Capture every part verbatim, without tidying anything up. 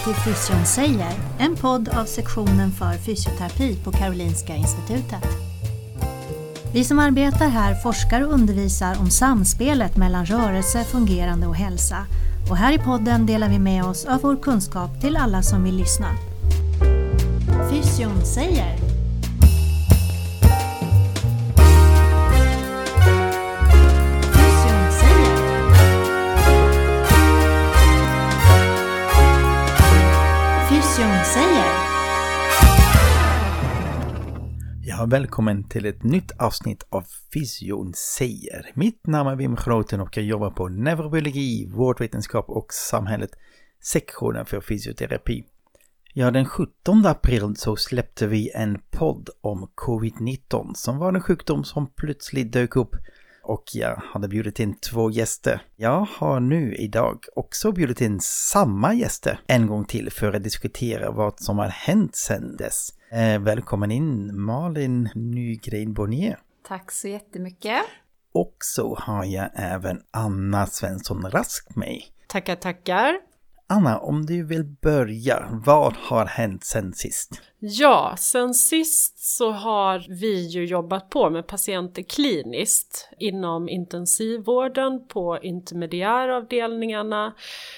till Fysion säger, en podd av sektionen för fysioterapi på Karolinska institutet. Vi som arbetar här forskar och undervisar om samspelet mellan rörelse, fungerande och hälsa. Och här i podden delar vi med oss av vår kunskap till alla som vill lyssna. Fysion säger. Fysion säger. Fysion säger. Ja, välkommen till ett nytt avsnitt av Fysion säger. Mitt namn är Wim Groten och jag jobbar på neurobiologi, vårdvetenskap och samhället, sektionen för fysioterapi. Ja, den sjuttonde april så släppte vi en podd om covid nitton som var en sjukdom som plötsligt dök upp och jag hade bjudit in två gäster. Jag har nu idag också bjudit in samma gäster en gång till för att diskutera vad som har hänt sedan dess. Eh, välkommen in Malin Nygren-Bonnier. Tack så jättemycket. Och så har jag även Anna Svensson Rask med. Tackar, tackar. Anna, om du vill börja, vad har hänt sen sist? Ja, sen sist så har vi ju jobbat på med patienter kliniskt inom intensivvården, på intermediäravdelningarna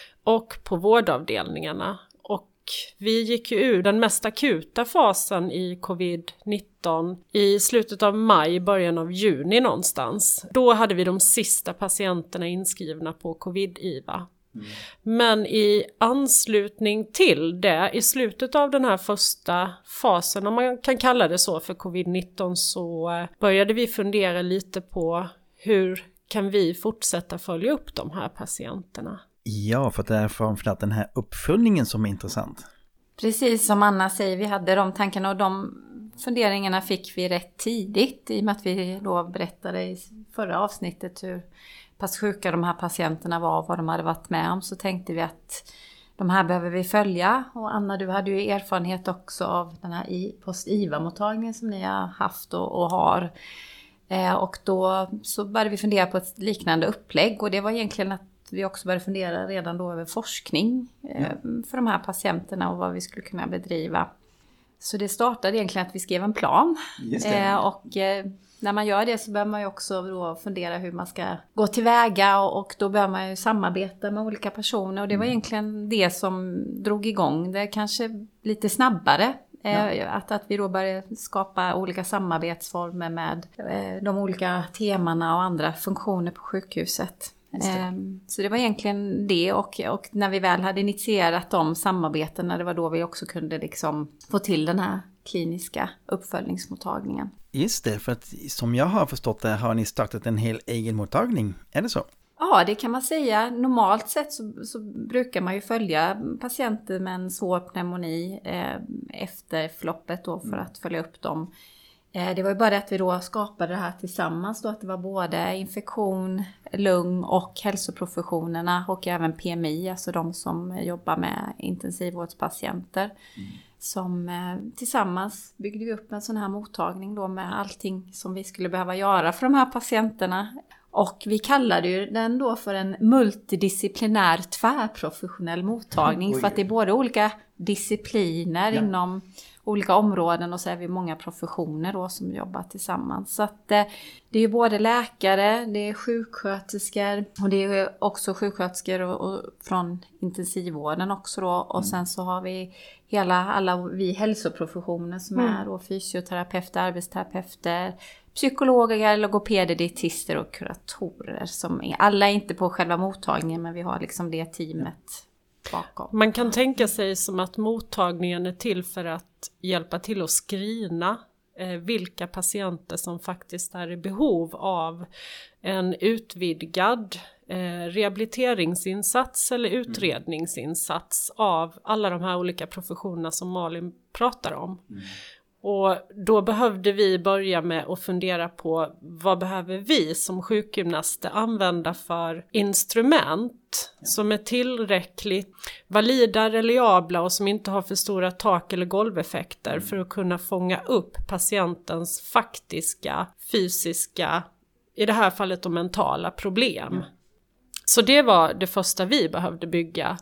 och på vårdavdelningarna. Och vi gick ju ur den mest akuta fasen i covid nitton i slutet av maj, början av juni någonstans. Då hade vi de sista patienterna inskrivna på covid-I V A. Mm. Men i anslutning till det, i slutet av den här första fasen, om man kan kalla det så för covid nitton, så började vi fundera lite på hur kan vi fortsätta följa upp de här patienterna. Ja, för det är framförallt den här uppföljningen som är intressant. Precis som Anna säger, vi hade de tankarna och de funderingarna fick vi rätt tidigt i och med att vi då berättade i förra avsnittet hur pass sjuka de här patienterna var och vad de hade varit med om, så tänkte vi att de här behöver vi följa. Och Anna, du hade ju erfarenhet också av den här post-I V A-mottagningen som ni har haft och, och har. Eh, och då så började vi fundera på ett liknande upplägg, och det var egentligen att vi också började fundera redan då över forskning eh, ja. för de här patienterna och vad vi skulle kunna bedriva. Så det startade egentligen att vi skrev en plan. Just det. Eh, och eh, när man gör det så bör man ju också då fundera hur man ska gå tillväga, och, och då bör man ju samarbeta med olika personer, och det var egentligen det som drog igång det kanske lite snabbare. Ja. Eh, att, att vi då började skapa olika samarbetsformer med eh, de olika temana och andra funktioner på sjukhuset. Det. Så det var egentligen det, och, och när vi väl hade initierat de samarbetena, det var då vi också kunde liksom få till den här kliniska uppföljningsmottagningen. Just det, för att som jag har förstått det har ni startat en hel egen mottagning, är det så? Ja, det kan man säga. Normalt sett så, så brukar man ju följa patienter med en svår pneumoni eh, efter förloppet då för att följa upp dem. Det var ju bara det att vi då skapade det här tillsammans då, att det var både infektion, lung och hälsoprofessionerna och även P M I, alltså de som jobbar med intensivvårdspatienter. Mm. Som tillsammans byggde vi upp en sån här mottagning då med allting som vi skulle behöva göra för de här patienterna. Och vi kallade ju den då för en multidisciplinär tvärprofessionell mottagning. Mm. För att det är både olika discipliner ja. inom olika områden, och så är vi många professioner då som jobbar tillsammans. Så att eh, det är ju både läkare, det är sjuksköterskor, och det är också sjuksköterskor och, och från intensivvården också då. Och mm. sen så har vi hela, alla vi hälsoprofessioner som mm. är då fysioterapeuter, arbetsterapeuter, psykologer, logopeder, dietister och kuratorer. Som är, alla är inte på själva mottagningen, men vi har liksom det teamet bakom. Man kan tänka sig som att mottagningen är till för att hjälpa till att screena eh, vilka patienter som faktiskt är i behov av en utvidgad eh, rehabiliteringsinsats eller utredningsinsats av alla de här olika professionerna som Malin pratar om. Mm. Och då behövde vi börja med att fundera på vad behöver vi som sjukgymnaster använda för instrument som är tillräckligt valida, reliabla och som inte har för stora tak- eller golveffekter mm. för att kunna fånga upp patientens faktiska, fysiska, i det här fallet de mentala problem. Mm. Så det var det första vi behövde bygga.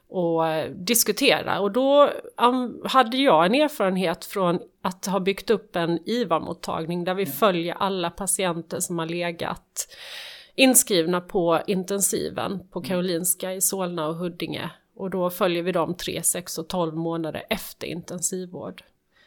och diskutera. Och då um, hade jag en erfarenhet från att ha byggt upp en I V A-mottagning där vi mm. följer alla patienter som har legat inskrivna på intensiven på Karolinska i Solna och Huddinge. Och då följer vi dem tre, sex och tolv månader efter intensivvård.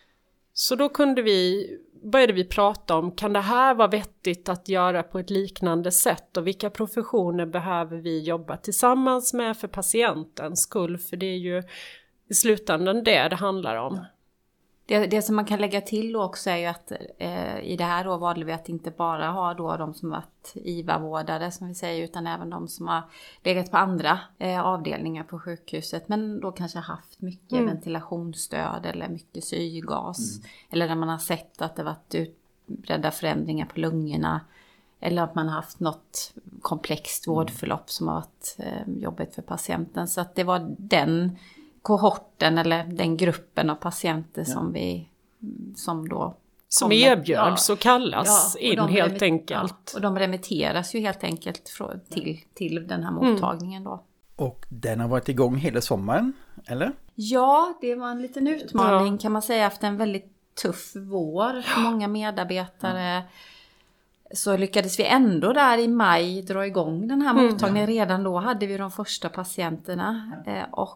Så då kunde vi, började vi prata om, kan det här vara vettigt att göra på ett liknande sätt? Och vilka professioner behöver vi jobba tillsammans med för patientens skull? För det är ju i slutändan det det handlar om. Det, det som man kan lägga till också är ju att eh, i det här då valde vi att inte bara ha då de som varit I V A-vårdare som vi säger, utan även de som har legat på andra eh, avdelningar på sjukhuset, men då kanske haft mycket mm. ventilationsstöd eller mycket syrgas mm. eller när man har sett att det varit utbredda förändringar på lungorna eller att man har haft något komplext vårdförlopp som har varit eh, jobbigt för patienten. Så att det var den kohorten eller den gruppen av patienter ja. som vi som då som erbjöds ja. och kallas ja, och in helt remit- enkelt. Ja, och de remitteras ju helt enkelt från, till, till den här mottagningen då. Och den har varit igång hela sommaren, eller? Ja, det var en liten utmaning ja. kan man säga efter en väldigt tuff vår för många medarbetare. Mm. Så lyckades vi ändå där i maj dra igång den här mottagningen. Mm. Redan då hade vi de första patienterna eh, och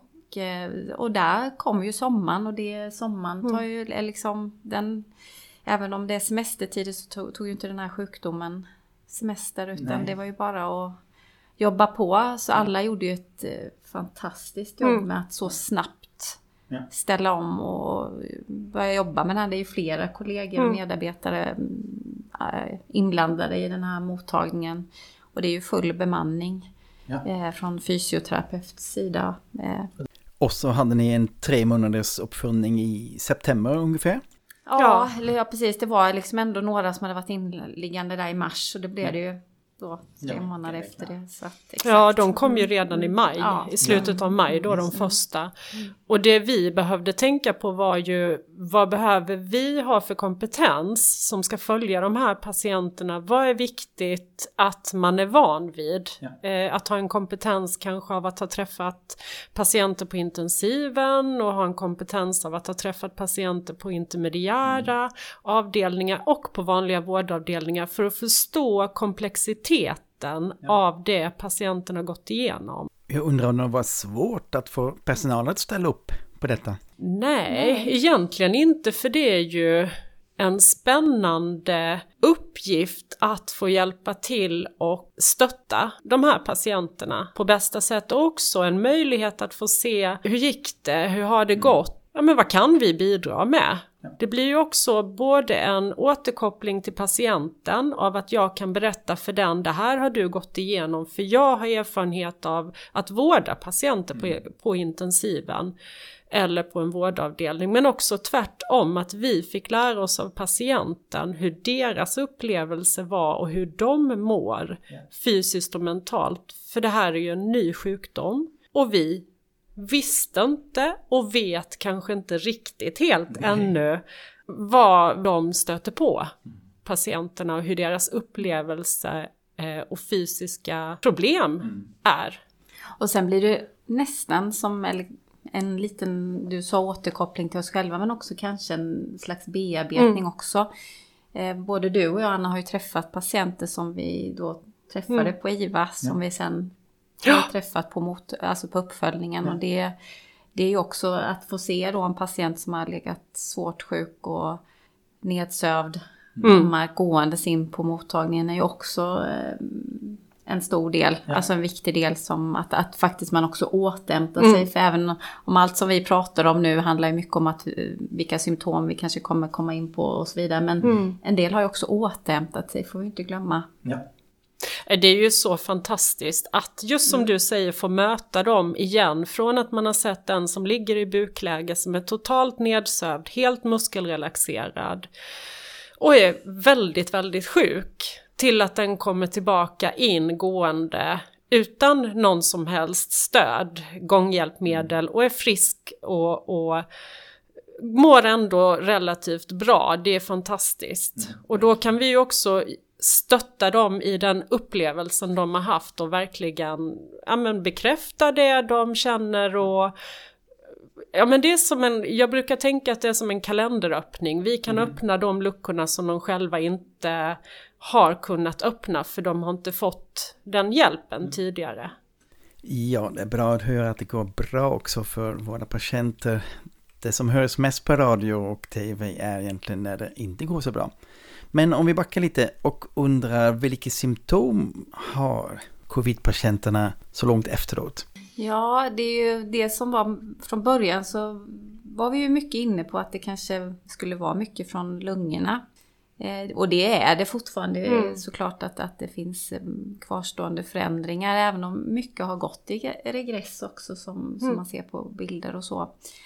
Och där kom ju sommaren och det sommaren tar ju liksom den, även om det är semestertider så tog, tog ju inte den här sjukdomen semester utan Nej. det var ju bara att jobba på. Så alla gjorde ju ett eh, fantastiskt jobb mm. med att så snabbt ja. ställa om och börja jobba med det här. Det är ju flera kollegor och mm. medarbetare äh, inblandade i den här mottagningen och det är ju full bemanning ja. eh, från fysioterapeuts sida. Eh. Och så hade ni en tre månaders uppföljning i september ungefär? Ja, ja. Eller ja, precis. Det var liksom ändå några som hade varit inliggande där i mars. Och det blev ja. det ju då tre ja, månader det efter det. Så att, exakt. Ja, de kom ju redan i maj. Ja. I slutet av maj då, de första. Mm. Och det vi behövde tänka på var ju, vad behöver vi ha för kompetens som ska följa de här patienterna? Vad är viktigt att man är van vid? Ja. Eh, att ha en kompetens kanske av att ha träffat patienter på intensiven och ha en kompetens av att ha träffat patienter på intermediära mm. avdelningar och på vanliga vårdavdelningar för att förstå komplexiteten ja. av det patienten har gått igenom. Jag undrar om det var svårt att få personal att ställa upp på detta? Nej, Nej, egentligen inte, för det är ju en spännande uppgift att få hjälpa till och stötta de här patienterna på bästa sätt. Och också en möjlighet att få se hur gick det, hur har det gått? Ja, men vad kan vi bidra med? Det blir ju också både en återkoppling till patienten av att jag kan berätta för den, det här har du gått igenom, för jag har erfarenhet av att vårda patienter på, på intensiven eller på en vårdavdelning. Men också tvärtom, att vi fick lära oss av patienten hur deras upplevelse var och hur de mår fysiskt och mentalt. För det här är ju en ny sjukdom och vi visste inte och vet kanske inte riktigt helt Nej. ännu vad de stöter på, patienterna, och hur deras upplevelse eh, och fysiska problem mm. är. Och sen blir det nästan som en liten, du sa återkoppling till oss själva, men också kanske en slags bearbetning mm. också. Eh, både du och jag, Anna, har ju träffat patienter som vi då träffade mm. på I V A, som ja. vi sen har träffat på, mot, alltså på uppföljningen. Ja. Och det, det är ju också att få se då en patient som har legat svårt sjuk och nedsövd mm. gåendes in på mottagningen är ju också eh, en stor del, ja. alltså en viktig del, som att, att faktiskt man också återhämtar mm. sig. För även om allt som vi pratar om nu handlar ju mycket om att, vilka symptom vi kanske kommer komma in på och så vidare. Men mm. en del har ju också återhämtat sig, får vi inte glömma. Ja. Det är ju så fantastiskt att just som mm. du säger få möta dem igen, från att man har sett den som ligger i bukläge som är totalt nedsövd, helt muskelrelaxerad och är väldigt, väldigt sjuk, till att den kommer tillbaka in gående utan någon som helst stöd, gånghjälpmedel, och är frisk och, och mår ändå relativt bra. Det är fantastiskt. Mm. Och då kan vi ju också stötta dem i den upplevelsen de har haft och verkligen ja, men bekräfta det de känner och ja, men det är som en, jag brukar tänka att det är som en kalenderöppning. Vi kan mm. öppna de luckorna som de själva inte har kunnat öppna för de har inte fått den hjälpen mm. tidigare. Ja, det är bra att höra att det går bra också för våra patienter. Det som hörs mest på radio och tv är egentligen när det inte går så bra. Men om vi backar lite och undrar vilka symptom har covid-patienterna så långt efteråt? Ja, det är ju det som var från början så var vi ju mycket inne på att det kanske skulle vara mycket från lungorna. Eh, och det är det fortfarande mm. såklart att, att det finns kvarstående förändringar även om mycket har gått i regress också som, mm. som man ser på bilder och så.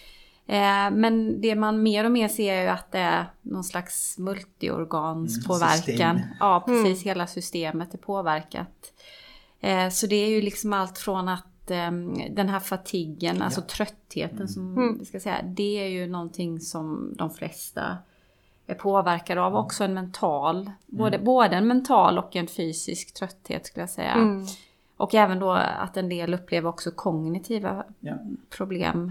Eh, men det man mer och mer ser är ju att det är någon slags multiorganspåverkan. Mm, ja, precis. Mm. Hela systemet är påverkat. Eh, så det är ju liksom allt från att den här fatigen, ja. alltså tröttheten mm. som mm. vi ska säga, det är ju någonting som de flesta är påverkade av. Också en mental, mm. både, både en mental och en fysisk trötthet skulle jag säga. Mm. Och även då att en del upplever också kognitiva ja. problem.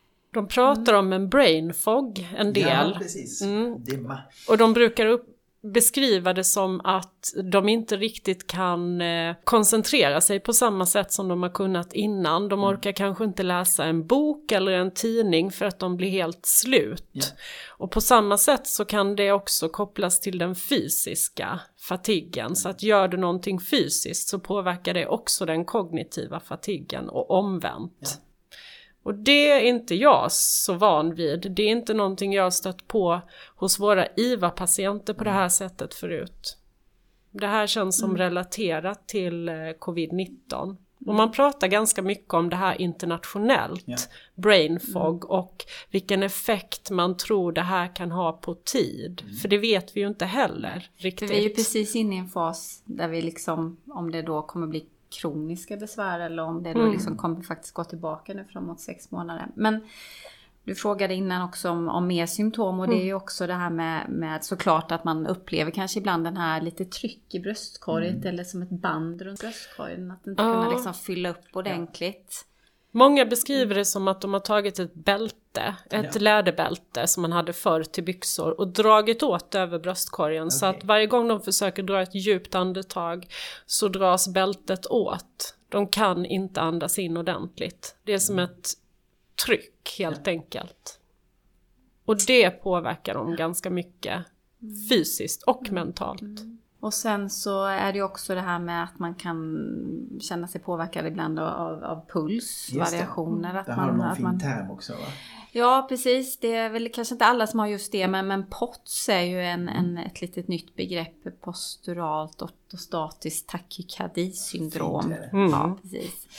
De pratar mm. om en brain fog en del. Ja, precis. Mm. Dimma. Och de brukar upp beskriva det som att de inte riktigt kan eh, koncentrera sig på samma sätt som de har kunnat innan. De orkar mm. kanske inte läsa en bok eller en tidning för att de blir helt slut. Yeah. Och på samma sätt så kan det också kopplas till den fysiska fatigen. Mm. Så att gör du någonting fysiskt så påverkar det också den kognitiva fatigen och omvänt. Yeah. Och det är inte jag så van vid. Det är inte någonting jag har stött på hos våra I V A-patienter på det här sättet förut. Det här känns som mm. relaterat till covid nitton. Och man pratar ganska mycket om det här internationellt. Yeah. Brain fog mm. och vilken effekt man tror det här kan ha på tid. Mm. För det vet vi ju inte heller riktigt. För vi är ju precis inne i en fas där vi liksom, om det då kommer bli kroniska besvär eller om det då mm. liksom kommer faktiskt gå tillbaka nu framåt sex månader. Men du frågade innan också om, om mer symptom och mm. det är ju också det här med, med såklart att man upplever kanske ibland den här lite tryck i bröstkorgen mm. eller som ett band runt bröstkorgen att inte ja. kunna liksom fylla upp ordentligt. Många beskriver det som att de har tagit ett bälte, ett ja. läderbälte som man hade förr till byxor och dragit åt över bröstkorgen. Okay. Så att varje gång de försöker dra ett djupt andetag så dras bältet åt. De kan inte andas in ordentligt. Det är som ett tryck helt ja. enkelt. Och det påverkar dem ganska mycket fysiskt och mentalt. Mm. Och sen så är det också det här med att man kan känna sig påverkad ibland av, av pulsvariationer. Det, att det man, har någon att fin man, term också va? Ja precis, det är väl kanske inte alla som har just det. Men, men P O T S är ju en, en, ett litet nytt begrepp. Posturalt ortostatiskt takykardisyndrom. Mm. Ja precis.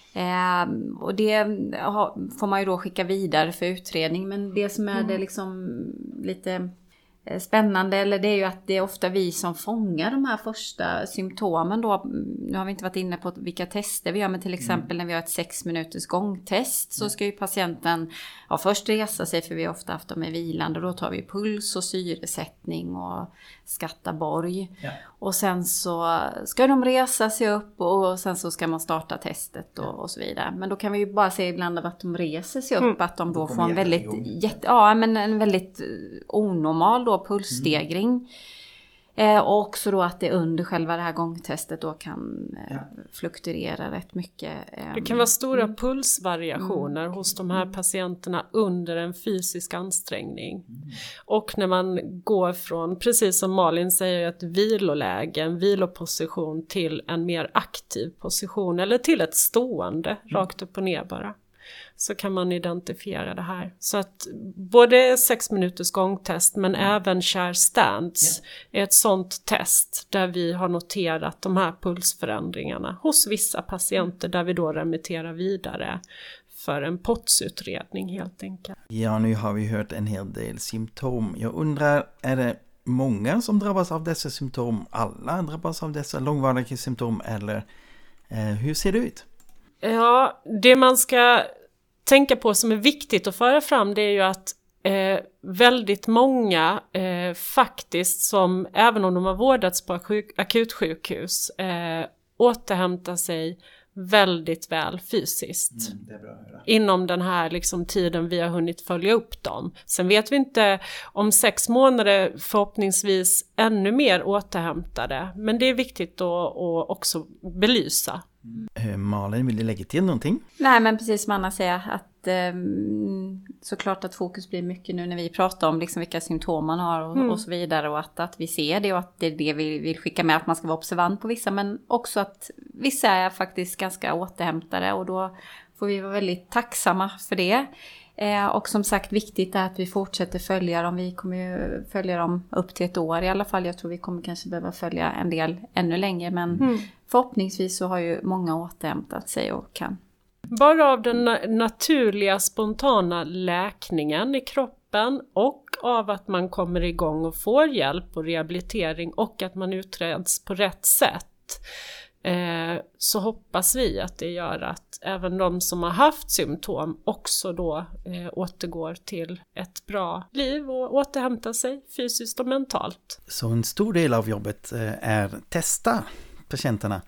Eh, och det har, får man ju då skicka vidare för utredning. Men det som är mm. det liksom lite spännande, eller det är ju att det är ofta vi som fångar de här första symptomen då. Nu har vi inte varit inne på vilka tester vi gör, men till exempel mm. när vi har ett sex minuters gångtest så ska ju patienten ja, först resa sig, för vi har ofta haft dem i vilande, och då tar vi puls och syresättning och skatta borg. Ja. Och sen så ska de resa sig upp och sen så ska man starta testet och, och så vidare. Men då kan vi ju bara se ibland att de reser sig upp, mm. att de då, då får en väldigt, jätte, ja, men en väldigt onormal då pulsstegring. Mm. Eh, och också då att det under själva det här gångtestet då kan eh, ja. fluktuera rätt mycket. Eh, det kan vara stora mm. pulsvariationer mm. hos de här patienterna under en fysisk ansträngning. Mm. Och när man går från, precis som Malin säger, ett viloläge, en viloposition till en mer aktiv position eller till ett stående, mm. rakt upp och ner bara. Så kan man identifiera det här. Så att både sex minuters gångtest men mm. även share stands yeah. är ett sånt test där vi har noterat de här pulsförändringarna hos vissa patienter, där vi då remitterar vidare för en P O T S-utredning helt enkelt. Ja, nu har vi hört en hel del symptom. Jag undrar, är det många som drabbas av dessa symptom? Alla drabbas av dessa långvariga symptom, eller eh, hur ser det ut? Ja, det man ska tänka på som är viktigt att föra fram, det är ju att eh, väldigt många eh, faktiskt som, även om de har vårdats på sjuk- akutsjukhus, eh, återhämtar sig väldigt väl fysiskt. Mm, det är bra att höra. Inom den här liksom tiden vi har hunnit följa upp dem. Sen vet vi inte om sex månader, förhoppningsvis ännu mer återhämtade. Men det är viktigt att, att också belysa. Mm. Malin, vill du lägga till någonting? Nej, men precis som Anna säger, att eh, såklart att fokus blir mycket nu när vi pratar om liksom vilka symptom man har och, mm. och så vidare, och att, att vi ser det och att det är det vi vill skicka med, att man ska vara observant på vissa, men också att vissa är faktiskt ganska återhämtade, och då får vi vara väldigt tacksamma för det. Eh, och som sagt, viktigt är att vi fortsätter följa dem. Vi kommer ju följa dem upp till ett år i alla fall. Jag tror vi kommer kanske behöva följa en del ännu längre, men mm. förhoppningsvis så har ju många återhämtat sig och kan. Bara av den na- naturliga spontana läkningen i kroppen och av att man kommer igång och får hjälp och rehabilitering och att man utreds på rätt sätt, eh, så hoppas vi att det gör att även de som har haft symptom också då eh, återgår till ett bra liv och återhämtar sig fysiskt och mentalt. Så en stor del av jobbet eh, är testa patienterna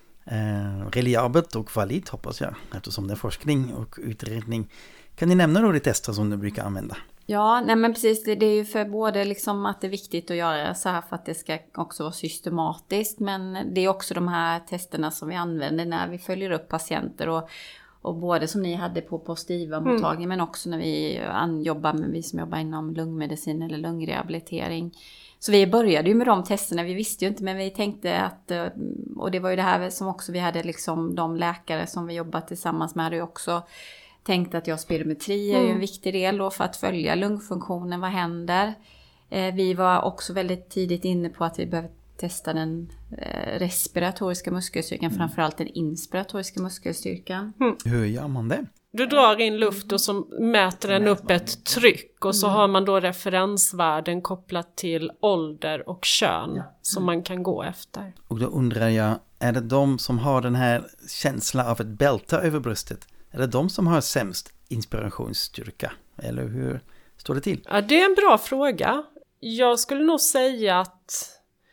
eh, reliabelt och valid, hoppas jag, eftersom det är forskning och utredning. Kan ni nämna några tester som du brukar använda? Ja, nej men precis, det, det är ju för både liksom att det är viktigt att göra så här för att det ska också vara systematiskt, men det är också de här testerna som vi använder när vi följer upp patienter, och, och både som ni hade på post-IVA-mottagning, mm. men också när vi an, jobbar med, vi som jobbar inom lungmedicin eller lungrehabilitering. Så vi började ju med de testerna, vi visste ju inte, men vi tänkte att, och det var ju det här som också vi hade liksom, de läkare som vi jobbat tillsammans med hade ju också tänkt att ja, spirometri är ju en viktig del då för att följa lungfunktionen, vad händer. Eh, vi var också väldigt tidigt inne på att vi behöver testa den eh, respiratoriska muskelstyrkan, mm. framförallt den inspiratoriska muskelstyrkan. Mm. Hur gör man det? Du drar in luft och så mäter den upp ett tryck, och så mm. har man då referensvärden kopplat till ålder och kön, ja. som man kan gå efter. Och då undrar jag, är det de som har den här känslan av ett bälte över bröstet? Är det de som har sämst inspirationsstyrka? Eller hur står det till? Ja, det är en bra fråga. Jag skulle nog säga att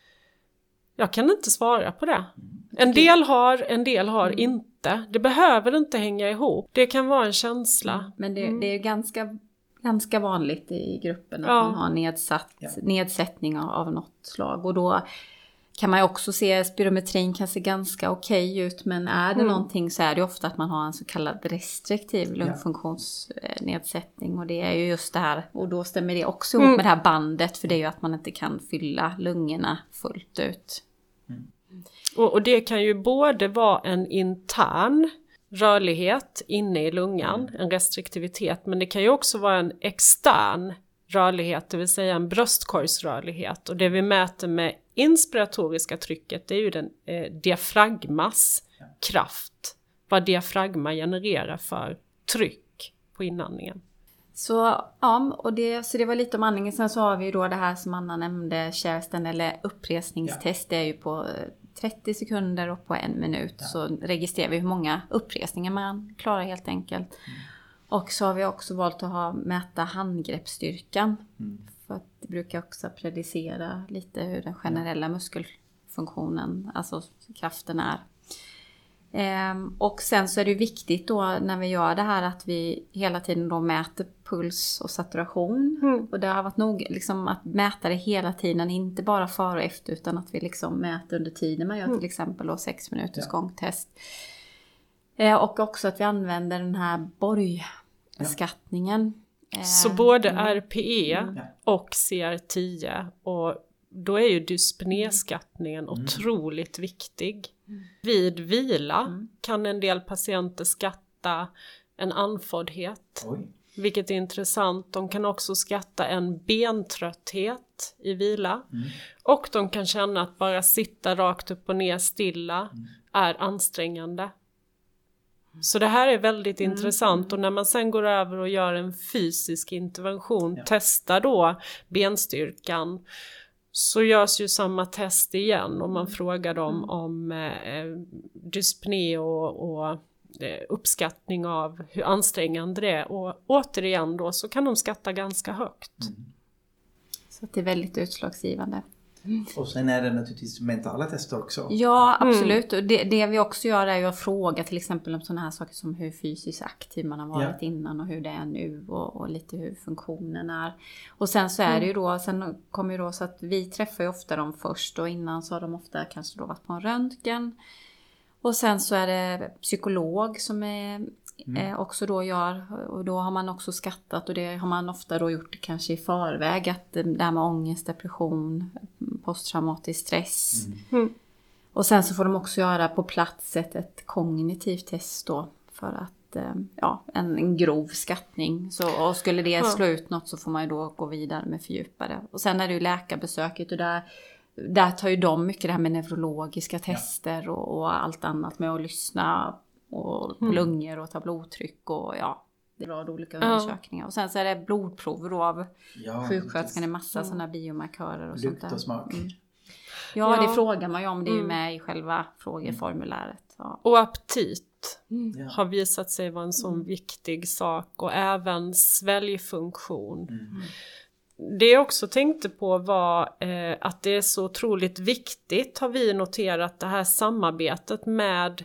jag kan inte svara på det. En del har, en del har mm. inte. Det behöver inte hänga ihop. Det kan vara en känsla. Men det, mm. det är ganska, ganska vanligt i gruppen att ja. man har nedsatt, ja. nedsättning av, av något slag. Och då kan man ju också se, spirometrin kan se ganska okej ut, men är det mm. någonting så är det ofta att man har en så kallad restriktiv lungfunktionsnedsättning, och det är ju just det här, och då stämmer det också ihop mm. med det här bandet, för det är ju att man inte kan fylla lungorna fullt ut. Mm. Och, och det kan ju både vara en intern rörlighet inne i lungan, mm. en restriktivitet, men det kan ju också vara en extern rörlighet, det vill säga en bröstkorgsrörlighet, och det vi mäter med inspiratoriska trycket, det är ju den eh, diafragmas ja. kraft. Vad diafragma genererar för tryck på inandningen. Så ja, och det, så det var lite om andningen. Sen så har vi ju då det här som Anna nämnde, kärsten eller uppresningstest. Ja. Det är ju på trettio sekunder och på en minut ja. så registrerar vi hur många uppresningar man klarar helt enkelt. Mm. Och så har vi också valt att ha, mäta handgreppsstyrkan. Mm. För att det brukar också predicera lite hur den generella muskelfunktionen, alltså kraften är. Ehm, och sen så är det ju viktigt då när vi gör det här att vi hela tiden då mäter puls och saturation. Mm. Och det har varit nog liksom att mäta det hela tiden, inte bara före och efter, utan att vi liksom mäter under tiden man gör mm. till exempel då sex minuters ja. gångtest. Ehm, och också att vi använder den här Borg-skattningen. Ja. Så både R P E mm. och C R tio, och då är ju dyspnéskattningen mm. otroligt viktig. Mm. Vid vila mm. kan en del patienter skatta en andfåddhet, Oj. vilket är intressant. De kan också skatta en bentrötthet i vila. Mm. Och de kan känna att bara sitta rakt upp och ner stilla mm. är ansträngande. Så det här är väldigt mm. intressant, och när man sen går över och gör en fysisk intervention, ja. testar då benstyrkan, så görs ju samma test igen och man frågar dem om eh, dyspné och, och uppskattning av hur ansträngande det är. Och återigen då så kan de skatta ganska högt. Mm. Så det är väldigt utslagsgivande. Mm. Och sen är det naturligtvis mentala tester också. Ja, absolut. Mm. Och det, det vi också gör är ju att fråga till exempel om sådana här saker som hur fysiskt aktiv man har varit ja. innan och hur det är nu och, och lite hur funktionen är. Och sen så är mm. det ju då, sen kommer ju då så att vi träffar ju ofta dem först och innan så har de ofta kanske då varit på en röntgen. Och sen så är det psykolog som är Mm. Eh, också då gör, och då har man också skattat och det har man ofta då gjort kanske i förväg att det här med ångest, depression, posttraumatisk stress mm. Mm. och sen så får de också göra på plats ett, ett kognitivt test då för att eh, ja, en, en grov skattning så, och skulle det slå ut något så får man ju då gå vidare med fördjupade och sen är det ju läkarbesöket och där där tar ju de mycket det här med neurologiska tester ja. och, och allt annat med att lyssna och på mm. lungor och ta blodtryck och ja, det är en rad olika undersökningar. Ja. Och sen så är det blodprover då av ja, sjuksköterskan i massa ja. sådana biomarkörer och lukt sånt där. Och smak. Mm. Ja, ja, det frågar man ju om. Det är ju med i själva frågeformuläret. Ja. Och aptit mm. har visat sig vara en sån mm. viktig sak. Och även sväljfunktion. Mm. Det jag också tänkte på var eh, att det är så otroligt viktigt, har vi noterat, det här samarbetet med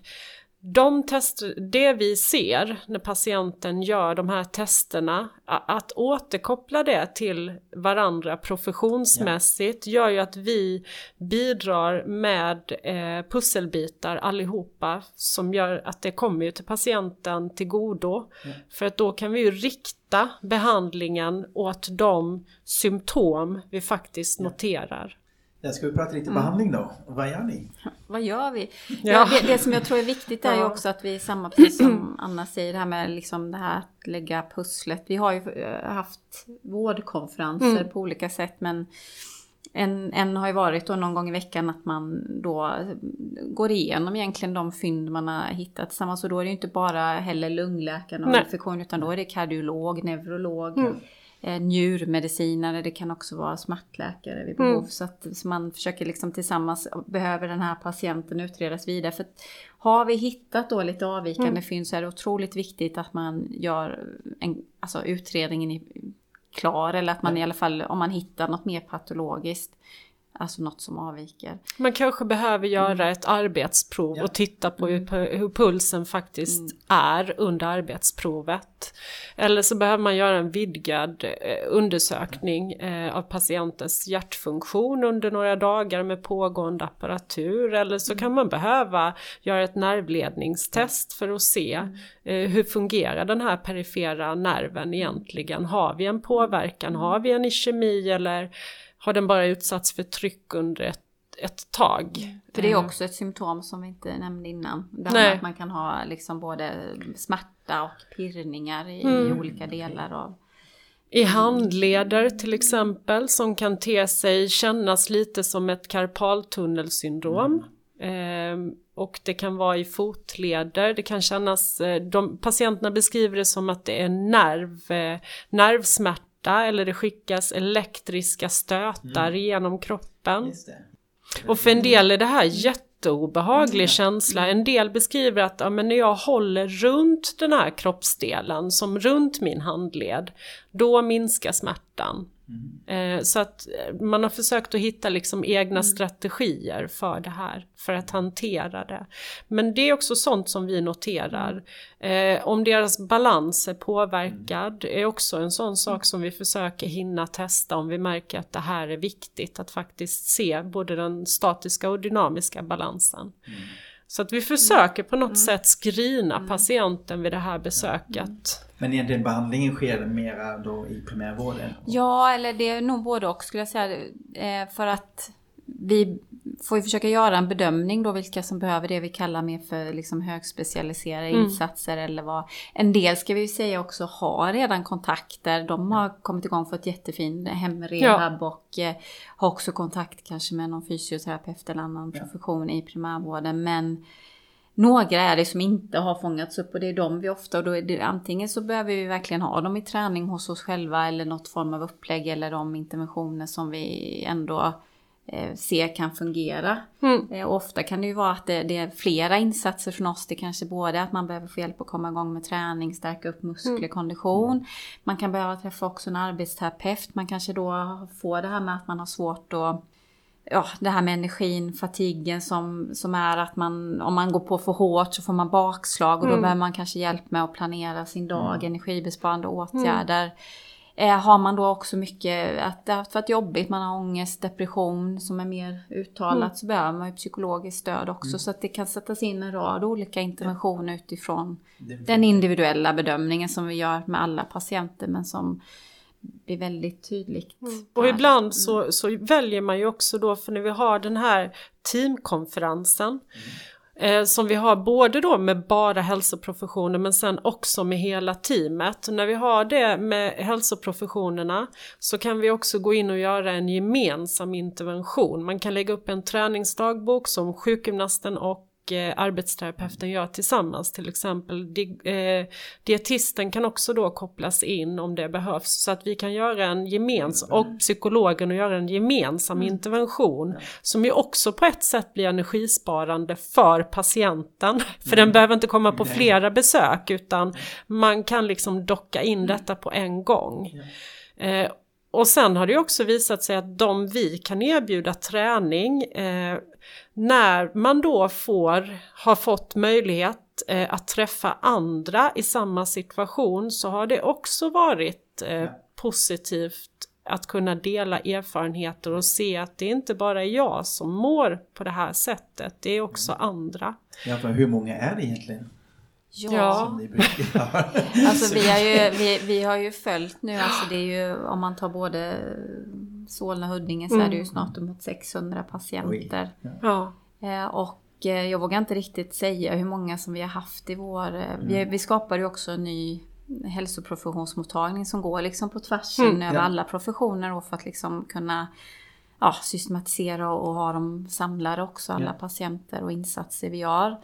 de tester, det vi ser när patienten gör de här testerna, att återkoppla det till varandra professionsmässigt ja. gör ju att vi bidrar med eh, pusselbitar allihopa som gör att det kommer ju till patienten till godo. Ja. För att då kan vi ju rikta behandlingen åt de symptom vi faktiskt ja. noterar. Där ska vi prata lite mm. behandling då. Vad gör ni? Vad gör vi? Ja. Ja, det, det som jag tror är viktigt är ju också att vi samma precis som Anna säger det här med liksom det här att lägga pusslet. Vi har ju haft vårdkonferenser mm. på olika sätt men en, en har ju varit då någon gång i veckan att man då går igenom egentligen de fynd man har hittat tillsammans. Så då är det ju inte bara heller lungläkaren och infektion utan då är det kardiolog, neurolog, mm. njurmedicinare, det kan också vara smärtläkare vid behov mm. så att så man försöker liksom tillsammans, behöver den här patienten utredas vidare för att har vi hittat då lite avvikande mm. fynd så är det otroligt viktigt att man gör en, alltså utredningen i, klar eller att man mm. i alla fall om man hittar något mer patologiskt, alltså något som avviker. Man kanske behöver göra mm. ett arbetsprov ja. och titta på hur, hur pulsen faktiskt mm. är under arbetsprovet. Eller så behöver man göra en vidgad eh, undersökning eh, av patientens hjärtfunktion under några dagar med pågående apparatur. Eller så mm. kan man behöva göra ett nervledningstest för att se mm. eh, hur fungerar den här perifera nerven egentligen. Har vi en påverkan? Har vi en ischemi eller har den bara utsatts för tryck under ett, ett tag? För det är också ett symptom som vi inte nämnde innan. Där att man kan ha liksom både smärta och pirrningar i, mm. i olika delar av. I handleder till exempel som kan te sig kännas lite som ett karpaltunnelsyndrom. Mm. Eh, och det kan vara i fotleder. Det kan kännas, de, patienterna beskriver det som att det är nerv, eh, nervsmärta. Eller det skickas elektriska stötar mm. genom kroppen. Just det. Och för en del är det här jätteobehaglig mm. känsla. En del beskriver att ja, men när jag håller runt den här kroppsdelen, som runt min handled, då minskar smärtan. Mm. Eh, så att man har försökt att hitta liksom egna mm. strategier för det här, för att hantera det. Men det är också sånt som vi noterar. Eh, om deras balans är påverkad mm. är också en sån sak som vi försöker hinna testa om vi märker att det här är viktigt. Att faktiskt se både den statiska och dynamiska balansen. Mm. Så att vi försöker på något mm. sätt screena mm. patienten vid det här besöket. Mm. Men egentligen behandlingen sker mera då i primärvården? Ja, eller det är nog både och skulle jag säga. För att vi får ju försöka göra en bedömning då vilka som behöver det vi kallar mer för liksom högspecialiserade mm. insatser. Eller vad. En del ska vi ju säga också har redan kontakter. De har kommit igång för ett jättefint hemrehab ja. och eh, har också kontakt kanske med någon fysioterapeut eller annan ja. profession i primärvården. Men några är det som inte har fångats upp och det är de vi ofta, och då är det, antingen så behöver vi verkligen ha dem i träning hos oss själva eller något form av upplägg eller de interventioner som vi ändå eh, ser kan fungera. Mm. Eh, ofta kan det ju vara att det, det är flera insatser från oss. Det kanske både att man behöver få hjälp att komma igång med träning, stärka upp muskler, mm. kondition. Man kan behöva träffa också en arbetsterapeut. Man kanske då får det här med att man har svårt att, ja, det här med energin, fatigen som, som är att man, om man går på för hårt så får man bakslag och då mm. behöver man kanske hjälp med att planera sin dag, mm. energibesparande åtgärder. Mm. Eh, har man då också mycket, att det har varit jobbigt, man har ångest, depression som är mer uttalat, mm. så behöver man ju psykologiskt stöd också. Mm. Så att det kan sättas in en rad olika interventioner utifrån den individuella bedömningen som vi gör med alla patienter, men som blir väldigt tydligt. Mm. Och ibland så, så väljer man ju också då, för när vi har den här teamkonferensen, mm. Eh, som vi har både då med bara hälsoprofessioner men sen också med hela teamet. När vi har det med hälsoprofessionerna så kan vi också gå in och göra en gemensam intervention. Man kan lägga upp en träningsdagbok som sjukgymnasten och eh, arbetsterapeuten gör tillsammans. Till exempel di- eh, dietisten kan också då kopplas in om det behövs. Så att vi kan göra en gemensam, och psykologen och göra en gemensam mm. intervention. Ja. Som ju också på ett sätt blir energisparande för patienten. För mm. den behöver inte komma på Nej. flera besök utan man kan liksom docka in mm. detta på en gång. Ja. Eh, och sen har det också visat sig att de vi kan erbjuda träning, eh, när man då får, har fått möjlighet eh, att träffa andra i samma situation, så har det också varit eh, positivt att kunna dela erfarenheter och se att det inte bara är jag som mår på det här sättet, det är också andra. Ja, för hur många är det egentligen? Ja, som ni brukar göra? alltså vi har ju, vi, vi har ju följt nu, alltså det är ju, om man tar både Solna och Huddinge så mm. är det ju snart mot sexhundra patienter. Ja. Eh, och eh, jag vågar inte riktigt säga hur många som vi har haft i vår, eh, mm. vi, vi skapar ju också en ny hälsoprofessionsmottagning som går liksom på tvärsen mm. över ja. alla professioner, och för att liksom kunna ja, systematisera och, och ha dem samlade också, alla ja. patienter och insatser vi gör.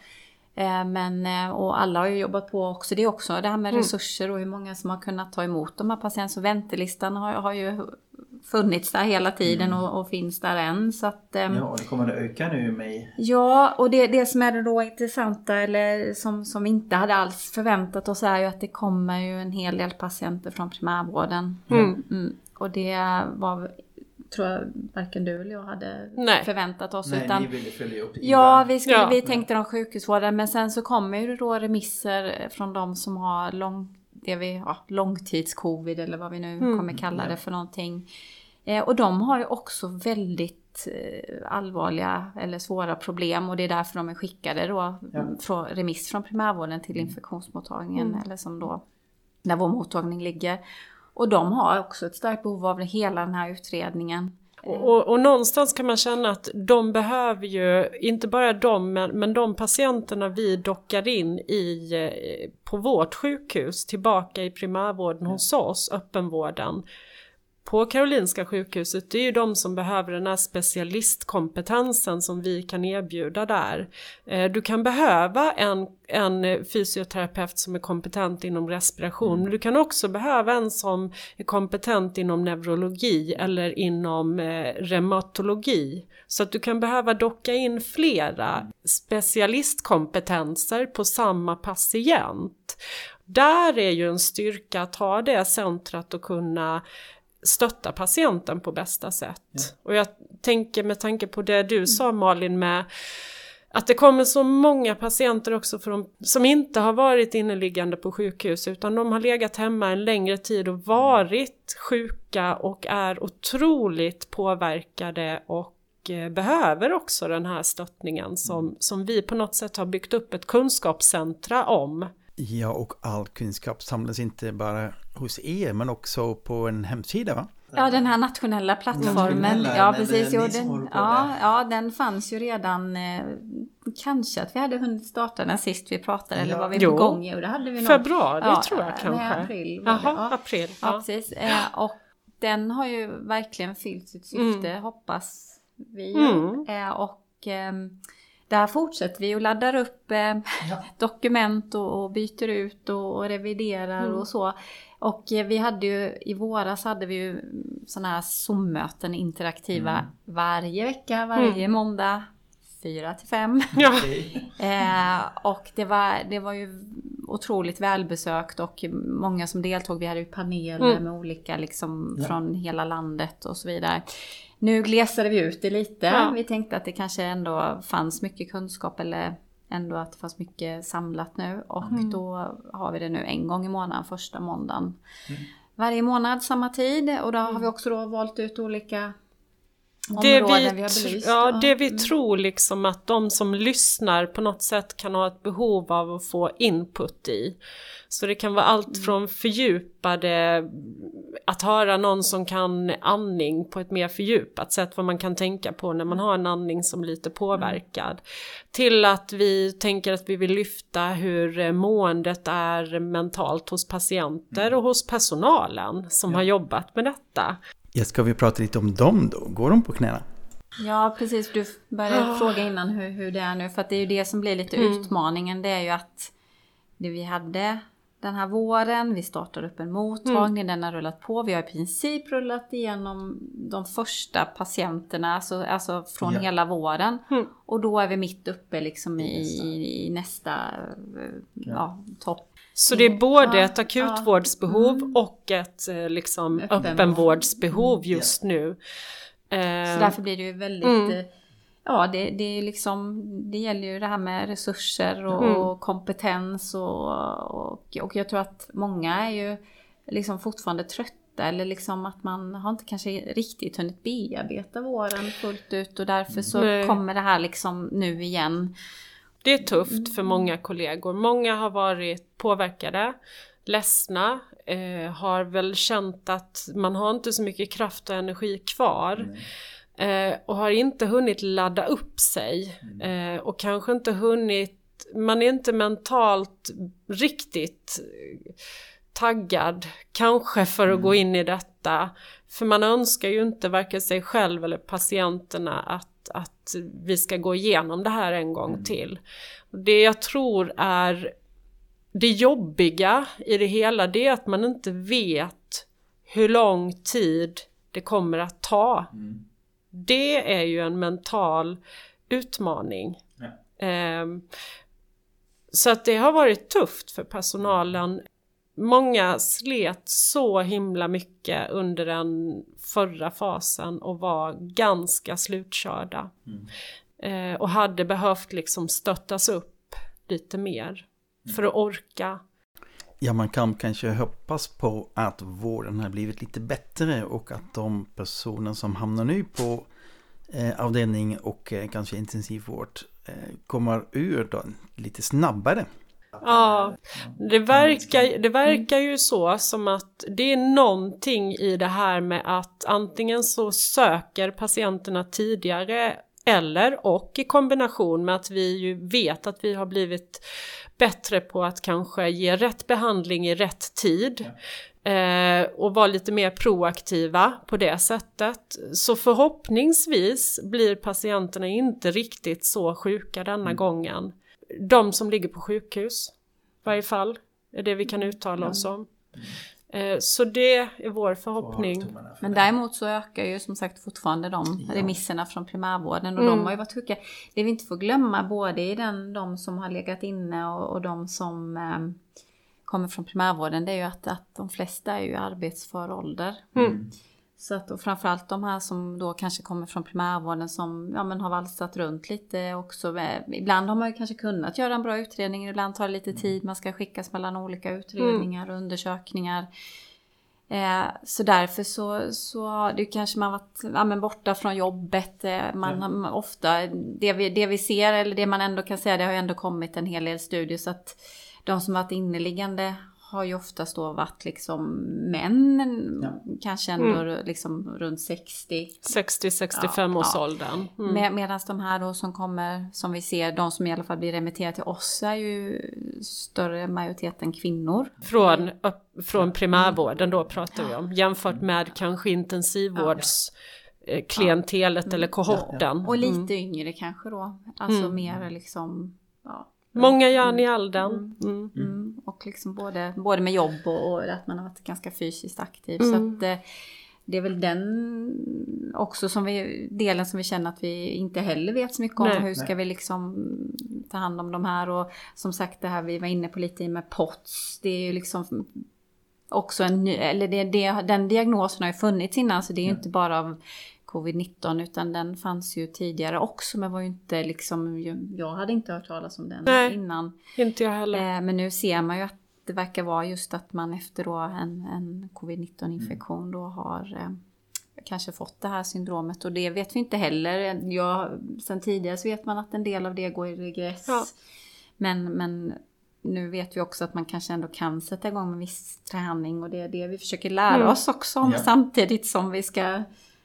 Men, och alla har ju jobbat på också det också, det här med mm. resurser och hur många som har kunnat ta emot de här patienterna. Så väntelistan har, har ju funnits där hela tiden mm. och, och finns där än. Så att, ja, det kommer att öka nu med... Ja, och det, det som är det då intressanta, eller som, som vi inte hade alls förväntat oss, är ju att det kommer ju en hel del patienter från primärvården. Mm. Mm. Och det var... tror jag varken du eller jag hade Nej. förväntat oss. Nej, utan, ni ville följa upp. Ja, vi, skulle, ja. vi tänkte de sjukhusvården, men sen så kommer ju då remisser från de som har lång, det vi, ja, långtidscovid eller vad vi nu mm. kommer kalla det för någonting. Eh, och de har ju också väldigt eh, allvarliga eller svåra problem, och det är därför de är skickade då ja. från remiss från primärvården till infektionsmottagningen mm. eller som då där vår mottagning ligger. Och de har också ett starkt behov av hela den här utredningen. Och, och, och någonstans kan man känna att de behöver ju, inte bara de, men, men de patienterna vi dockar in i på vårt sjukhus, tillbaka i primärvården hos oss, öppenvården. På Karolinska sjukhuset, det är ju de som behöver den här specialistkompetensen som vi kan erbjuda där. Du kan behöva en, en fysioterapeut som är kompetent inom respiration. Mm. Men du kan också behöva en som är kompetent inom neurologi eller inom eh, reumatologi. Så att du kan behöva docka in flera specialistkompetenser på samma patient. Där är ju en styrka att ha det centrat och kunna stötta patienten på bästa sätt. Ja. Och jag tänker med tanke på det du sa Malin, med att det kommer så många patienter också för de, som inte har varit inneliggande på sjukhus, utan de har legat hemma en längre tid och varit sjuka och är otroligt påverkade och behöver också den här stöttningen som, som vi på något sätt har byggt upp ett kunskapscentra om. Ja, och all kunskap samlas inte bara hos er men också på en hemsida, va? Ja, den här nationella plattformen. Nationella, ja, precis. Jo, den, ja, ja, den fanns ju redan. Eh, kanske att vi hade hunnit starta den sist vi pratade. Ja. Eller var vi på jo. gång? Jo, det hade vi nog. Februari ja, tror jag kanske. Nej, april. Jaha, ja. april. Ja, ja precis. Eh, och den har ju verkligen fyllt sitt syfte, mm. hoppas vi. Mm. Eh, och... Eh, där fortsätter vi och laddar upp eh, Ja. dokument och, och byter ut och, och reviderar Mm. och så. Och eh, vi hade ju, i våras hade vi ju sådana här Zoom-möten interaktiva Mm. varje vecka, varje Mm. måndag, fyra till fem. Ja. Eh, och det var, det var ju otroligt välbesökt och många som deltog. Vi hade ju paneler Mm. med olika liksom Ja. från hela landet och så vidare. Nu glesade vi ut det lite. Ja. Vi tänkte att det kanske ändå fanns mycket kunskap eller ändå att det fanns mycket samlat nu. Och Mm. då har vi det nu en gång i månaden, första måndagen. Mm. Varje månad, samma tid. Och då har vi också då valt ut olika Det områden vi, vi har belyst. ja, det vi Mm. tror liksom att de som lyssnar på något sätt kan ha ett behov av att få input i. Så det kan vara allt från fördjupade, att höra någon som kan andning på ett mer fördjupat sätt, vad man kan tänka på när man har en andning som är lite påverkad. Till att vi tänker att vi vill lyfta hur måendet är mentalt hos patienter och hos personalen som har jobbat med detta. Ja, ska vi prata lite om dem då? Går de på knäna? Ja, precis. Du började Ah. fråga innan hur, hur det är nu. För att det är ju det som blir lite Mm. utmaningen. Det är ju att det vi hade den här våren. Vi startade upp en mottagning. Den har rullat på. Vi har i princip rullat igenom de första patienterna. Alltså, alltså från Ja. hela våren. Mm. Och då är vi mitt uppe liksom i, nästa. i, i nästa eh, ja, topp. Så det är både Ja, ett akutvårdsbehov ja. Mm. och ett eh, liksom Öppenvård. öppenvårdsbehov just nu. Eh, Så därför blir det ju väldigt... Mm. eh, Ja, det, det är liksom... Det gäller ju det här med resurser och, Mm. och kompetens. Och, och, och jag tror att många är ju liksom fortfarande trötta. Eller liksom att man har inte kanske riktigt hunnit bearbeta våren fullt ut. Och därför så Nej. kommer det här liksom nu igen. Det är tufft för många kollegor. Många har varit påverkade, ledsna, eh, har väl känt att man har inte så mycket kraft och energi kvar. Eh, och har inte hunnit ladda upp sig. Eh, och kanske inte hunnit, man är inte mentalt riktigt taggad kanske för att Mm. gå in i detta. För man önskar ju inte varken sig själv eller patienterna att, att vi ska gå igenom det här en gång Mm. till. Det jag tror är det jobbiga i det hela, det är att man inte vet hur lång tid det kommer att ta. Mm. Det är ju en mental utmaning. Ja. Ehm, så att det har varit tufft för personalen. Många slet så himla mycket under den förra fasen och var ganska slutkörda. Mm. Eh, och hade behövt liksom stöttas upp lite mer för att orka. Ja, man kan kanske hoppas på att vården har blivit lite bättre och att de personer som hamnar nu på eh, avdelning och eh, kanske intensivvård eh, kommer ur då lite snabbare. Ja, det verkar, det verkar ju så som att det är någonting i det här med att antingen så söker patienterna tidigare eller och i kombination med att vi ju vet att vi har blivit bättre på att kanske ge rätt behandling i rätt tid. Eh, och vara lite mer proaktiva på det sättet. Så förhoppningsvis blir patienterna inte riktigt så sjuka denna Mm. gången. De som ligger på sjukhus, i varje fall, är det vi kan uttala oss om. Eh, så det är vår förhoppning. Men däremot så ökar ju som sagt fortfarande de Ja. remisserna från primärvården. Och Mm. de har ju varit sjuka. Det vi inte får glömma både i den, de som har legat inne och, och de som eh, kommer från primärvården. Det är ju att, att de flesta är ju arbetsför ålder. Mm. Så att, och framförallt de här som då kanske kommer från primärvården som ja, men har valsat runt lite också. Ibland har man ju kanske kunnat göra en bra utredning, ibland tar det lite tid, man ska skickas mellan olika utredningar och undersökningar. Eh, så därför så, så har det kanske man varit ja, men borta från jobbet. Eh, man Ja. har ofta, det vi, det vi ser eller det man ändå kan säga, det har ju ändå kommit en hel del studier så att de som varit inneliggande har ju oftast då varit liksom män, Ja. kanske ändå Mm. liksom runt sextio. sextio till sextiofem Ja, års ja. åldern. Mm. Med, medan de här då som kommer, som vi ser, de som i alla fall blir remitterade till oss är ju större majoriteten kvinnor. Från, upp, från primärvården då pratar vi om. Jämfört med kanske intensivvårds klientelet ja. eller kohorten. Ja. Och lite mm. yngre kanske då. Alltså mm. mer liksom... Ja. Många järn i alden. Mm. Mm. Mm. Och liksom både, både med jobb och, och att man har varit ganska fysiskt aktiv. Mm. Så att det, det är väl den också som vi, delen som vi känner att vi inte heller vet så mycket om. Nej. Hur ska vi liksom ta hand om de här. Och som sagt det här vi var inne på lite med P O T S. Det är ju liksom också en ny, eller det, det, den diagnosen har ju funnits innan. Så det är ju mm. inte bara av covid nitton utan den fanns ju tidigare också, men var ju inte liksom, jag hade inte hört talas om den Nej, innan. Inte jag heller. Eh, men nu ser man ju att det verkar vara just att man efter då en, en covid nitton infektion mm. då har eh, kanske fått det här syndromet, och det vet vi inte heller. Jag, sen tidigare så vet man att en del av det går i regress. Ja. Men, men nu vet vi också att man kanske ändå kan sätta igång med viss träning, och det är det vi försöker lära mm. oss också om, ja. Samtidigt som vi ska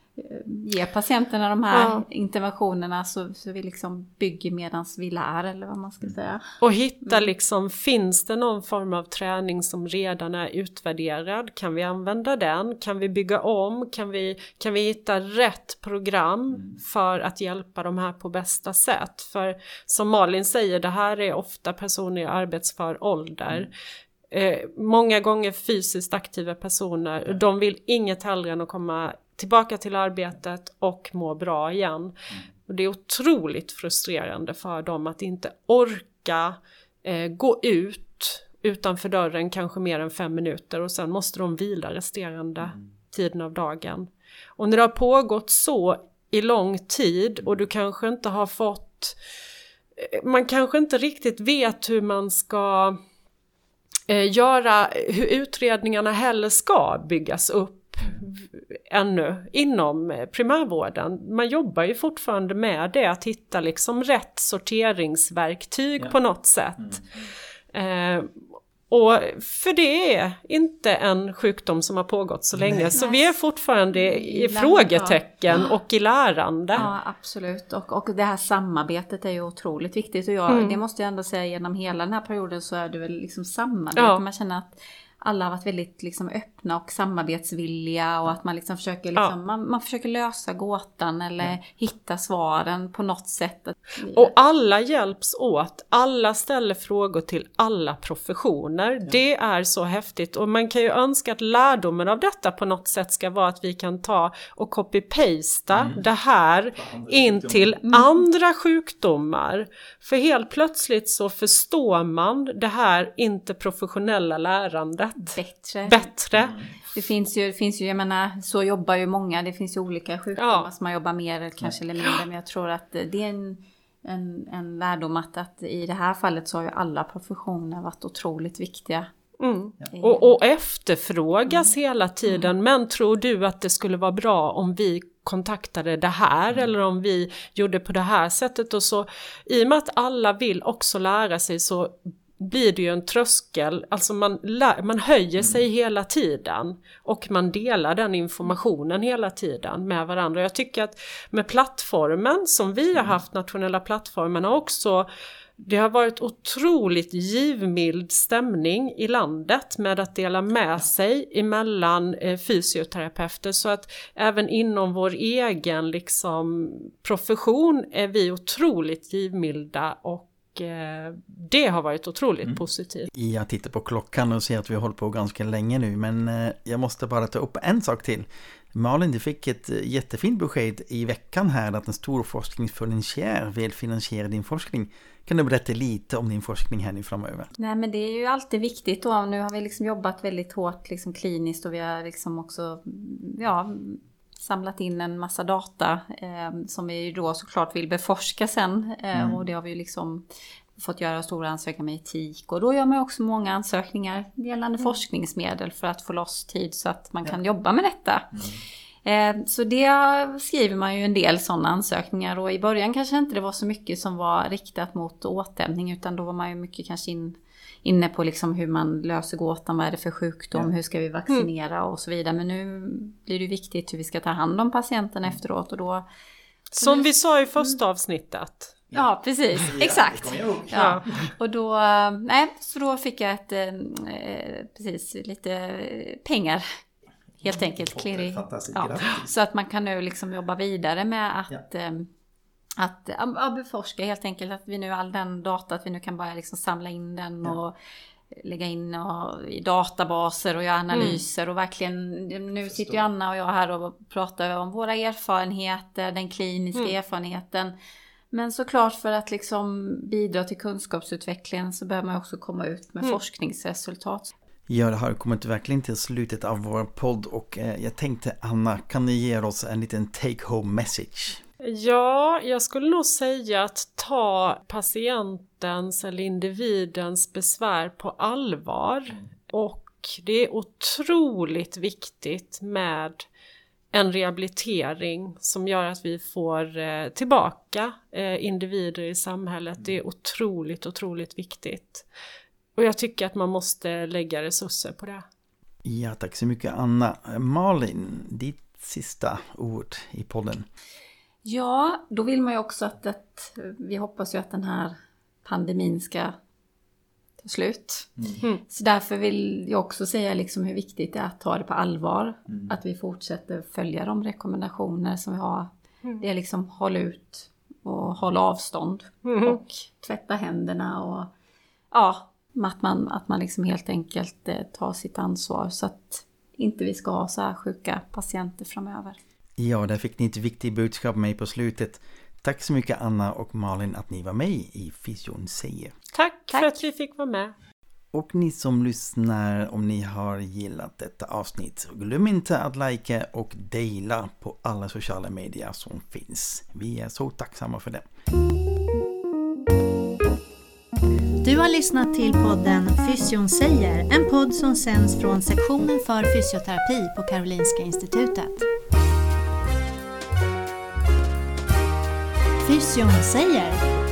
ge patienterna de här ja. interventionerna, så, så vi liksom bygger medans vi lär, eller vad man ska säga. Och hitta liksom, finns det någon form av träning som redan är utvärderad? Kan vi använda den? Kan vi bygga om? Kan vi, kan vi hitta rätt program mm. för att hjälpa de här på bästa sätt? För som Malin säger, det här är ofta personer i arbetsför ålder. Mm. Eh, många gånger fysiskt aktiva personer. Mm. De vill inget hellre än att komma tillbaka till arbetet och må bra igen. Mm. Och det är otroligt frustrerande för dem att inte orka eh, gå ut utanför dörren kanske mer än fem minuter, och sen måste de vila resterande mm. tiden av dagen. Och när det har pågått så i lång tid och du kanske inte har fått, man kanske inte riktigt vet hur man ska eh, göra, hur utredningarna heller ska byggas upp ännu inom primärvården. Man jobbar ju fortfarande med det, att hitta liksom rätt sorteringsverktyg ja. på något sätt. Mm. Eh, och för det är inte en sjukdom som har pågått så länge. Nej. Så vi är fortfarande i, i frågetecken ja. och i lärande. Ja, absolut. Och, och det här samarbetet är ju otroligt viktigt. Och jag, mm. det måste jag ändå säga, genom hela den här perioden så är det väl liksom samarbete. Ja. Man känner att alla har varit väldigt liksom öppna och samarbetsvilliga, och att man liksom försöker liksom, ja. man, man försöker lösa gåtan eller ja. hitta svaren på något sätt. Och alla hjälps åt, alla ställer frågor till alla professioner. Ja. Det är så häftigt, och man kan ju önska att lärdomen av detta på något sätt ska vara att vi kan ta och copy-pasta mm. det här in till mm. andra sjukdomar. För helt plötsligt så förstår man det här interprofessionella lärandet bättre. Bättre. Mm. Det finns ju, det finns ju, jag menar, så jobbar ju många. Det finns ju olika sjukdomar ja. som man jobbar mer kanske eller mindre. Men jag tror att det är en, en, en lärdom att, att i det här fallet så har ju alla professioner varit otroligt viktiga. Mm. Och, och efterfrågas mm. hela tiden. Mm. Men tror du att det skulle vara bra om vi kontaktade det här mm. eller om vi gjorde på det här sättet? Och så, i och med att alla vill också lära sig, så blir det ju en tröskel, alltså man, lär, man höjer mm. sig hela tiden och man delar den informationen hela tiden med varandra. Jag tycker att med plattformen som vi har haft, nationella plattformen, också, det har varit otroligt givmild stämning i landet med att dela med sig emellan eh, fysioterapeuter, så att även inom vår egen liksom, profession är vi otroligt givmilda, och det har varit otroligt mm. positivt. Jag tittar på klockan och ser att vi har hållit på ganska länge nu, men jag måste bara ta upp en sak till. Malin, du fick ett jättefint besked i veckan här att en stor forskningsfinansiär vill finansiera din forskning. Kan du berätta lite om din forskning här nu framöver? Nej, men det är ju alltid viktigt då. Nu har vi liksom jobbat väldigt hårt liksom kliniskt, och vi har liksom också ja, samlat in en massa data eh, som vi då såklart vill beforska sen. Eh, mm. Och det har vi ju liksom fått göra stora ansökningar med etik. Och då gör man också många ansökningar gällande mm. forskningsmedel för att få loss tid så att man kan ja. jobba med detta. Mm. Eh, så det skriver man ju en del sådana ansökningar. Och i början kanske inte det var så mycket som var riktat mot återhämtning, utan då var man ju mycket kanske in... inne på liksom hur man löser gåtan, vad är det för sjukdom, ja. hur ska vi vaccinera mm. och så vidare. Men nu blir det viktigt hur vi ska ta hand om patienten mm. efteråt. Och då, som vi sa i första avsnittet. Ja, precis. Ja, exakt. Ja. Och då, nej, så då fick jag ett, eh, precis, lite pengar helt enkelt klirr. Fantastiskt, Ja. Så att man kan nu liksom jobba vidare med att, ja. eh, att ja, beforska helt enkelt, att vi nu all den data, att vi nu kan börja liksom samla in den ja. och lägga in och, i databaser och göra analyser mm. och verkligen, nu sitter ju Anna och jag här och pratar om våra erfarenheter, den kliniska mm. erfarenheten. Men såklart för att liksom bidra till kunskapsutvecklingen så behöver man också komma ut med mm. forskningsresultat. Ja, det har kommit verkligen till slutet av vår podd och eh, jag tänkte, Anna, kan ni ge oss en liten take-home message? Ja, jag skulle nog säga att ta patientens eller individens besvär på allvar. Och det är otroligt viktigt med en rehabilitering som gör att vi får eh, tillbaka eh, individer i samhället. Det är otroligt, otroligt viktigt. Och jag tycker att man måste lägga resurser på det. Ja, tack så mycket Anna. Malin, ditt sista ord i podden. Ja, då vill man ju också att, att vi hoppas ju att den här pandemin ska ta slut. Mm. Så därför vill jag också säga liksom hur viktigt det är att ta det på allvar. Mm. Att vi fortsätter följa de rekommendationer som vi har. Mm. Det är liksom håll ut och håll avstånd. Mm. Och tvätta händerna och ja, att man, att man liksom helt enkelt eh, tar sitt ansvar så att inte vi ska ha så här sjuka patienter framöver. Ja, där fick ni ett viktigt budskap med på slutet. Tack så mycket Anna och Malin att ni var med i Fysion säger. Tack, Tack för att vi fick vara med. Och ni som lyssnar, om ni har gillat detta avsnitt, glöm inte att likea och dela på alla sociala medier som finns. Vi är så tacksamma för det. Du har lyssnat till podden Fysion säger, en podd som sänds från sektionen för fysioterapi på Karolinska institutet. Fysion säger.